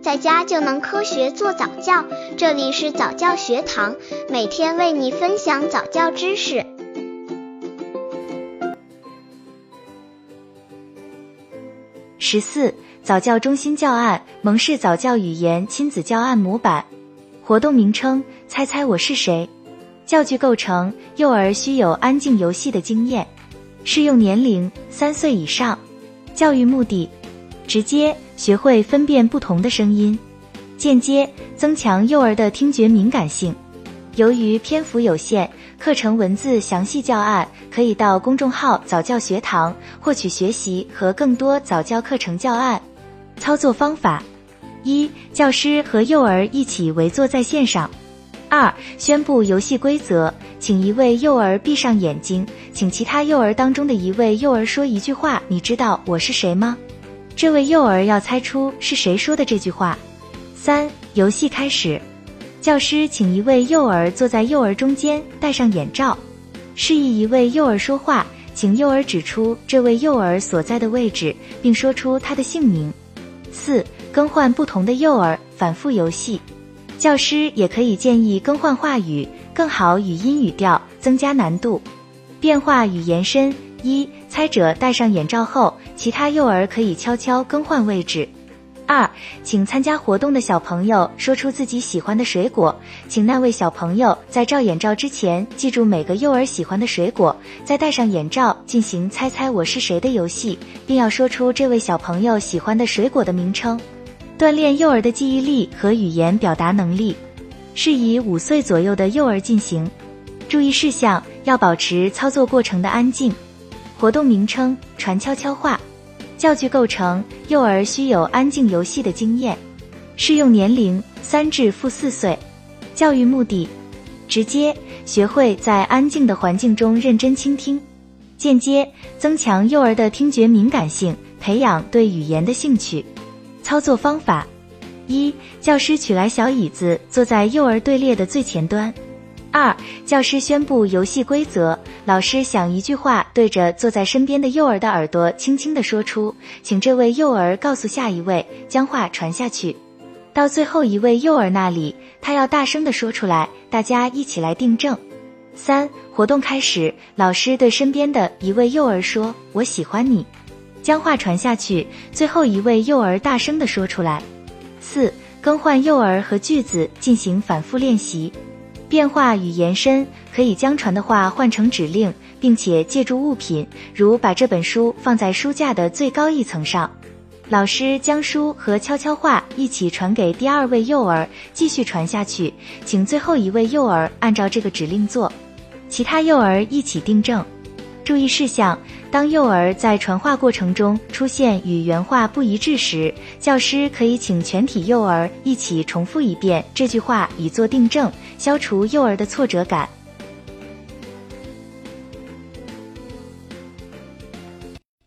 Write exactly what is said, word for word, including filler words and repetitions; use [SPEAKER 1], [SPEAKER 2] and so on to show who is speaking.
[SPEAKER 1] 在家就能科学做早教。这里是早教学堂，每天为你分享早教知识。
[SPEAKER 2] 十四、早教中心教案，蒙氏早教语言亲子教案模板。活动名称：猜猜我是谁。教具构成：幼儿需有安静游戏的经验。适用年龄：三岁以上。教育目的：直接学会分辨不同的声音，间接增强幼儿的听觉敏感性。由于篇幅有限，课程文字详细教案可以到公众号早教学堂获取学习和更多早教课程教案。操作方法：一、教师和幼儿一起围坐在线上。二、宣布游戏规则，请一位幼儿闭上眼睛，请其他幼儿当中的一位幼儿说一句话，你知道我是谁吗？这位幼儿要猜出是谁说的这句话。三、游戏开始。教师请一位幼儿坐在幼儿中间，戴上眼罩，示意一位幼儿说话，请幼儿指出这位幼儿所在的位置，并说出他的姓名。四、更换不同的幼儿，反复游戏。教师也可以建议更换话语，更好语音语调，增加难度。变化与延伸：一、猜者戴上眼罩后，其他幼儿可以悄悄更换位置。二、请参加活动的小朋友说出自己喜欢的水果，请那位小朋友在罩眼罩之前记住每个幼儿喜欢的水果，再戴上眼罩进行猜猜我是谁的游戏，并要说出这位小朋友喜欢的水果的名称。锻炼幼儿的记忆力和语言表达能力，适宜五岁左右的幼儿进行。注意事项：要保持操作过程的安静。活动名称：传悄悄话。教具构成：幼儿需有安静游戏的经验。适用年龄：三至负四岁。教育目的：直接学会在安静的环境中认真倾听。间接增强幼儿的听觉敏感性，培养对语言的兴趣。操作方法：一、教师取来小椅子，坐在幼儿队列的最前端。二、教师宣布游戏规则，老师想一句话对着坐在身边的幼儿的耳朵轻轻地说出，请这位幼儿告诉下一位，将话传下去，到最后一位幼儿那里，他要大声地说出来，大家一起来订正。三、活动开始，老师对身边的一位幼儿说，我喜欢你，将话传下去，最后一位幼儿大声地说出来。四、更换幼儿和句子进行反复练习。变化与延伸：可以将传的话换成指令，并且借助物品，如把这本书放在书架的最高一层上。老师将书和悄悄话一起传给第二位幼儿，继续传下去，请最后一位幼儿按照这个指令做，其他幼儿一起订正。注意事项：当幼儿在传话过程中出现与原话不一致时，教师可以请全体幼儿一起重复一遍这句话以作订正，消除幼儿的挫折感。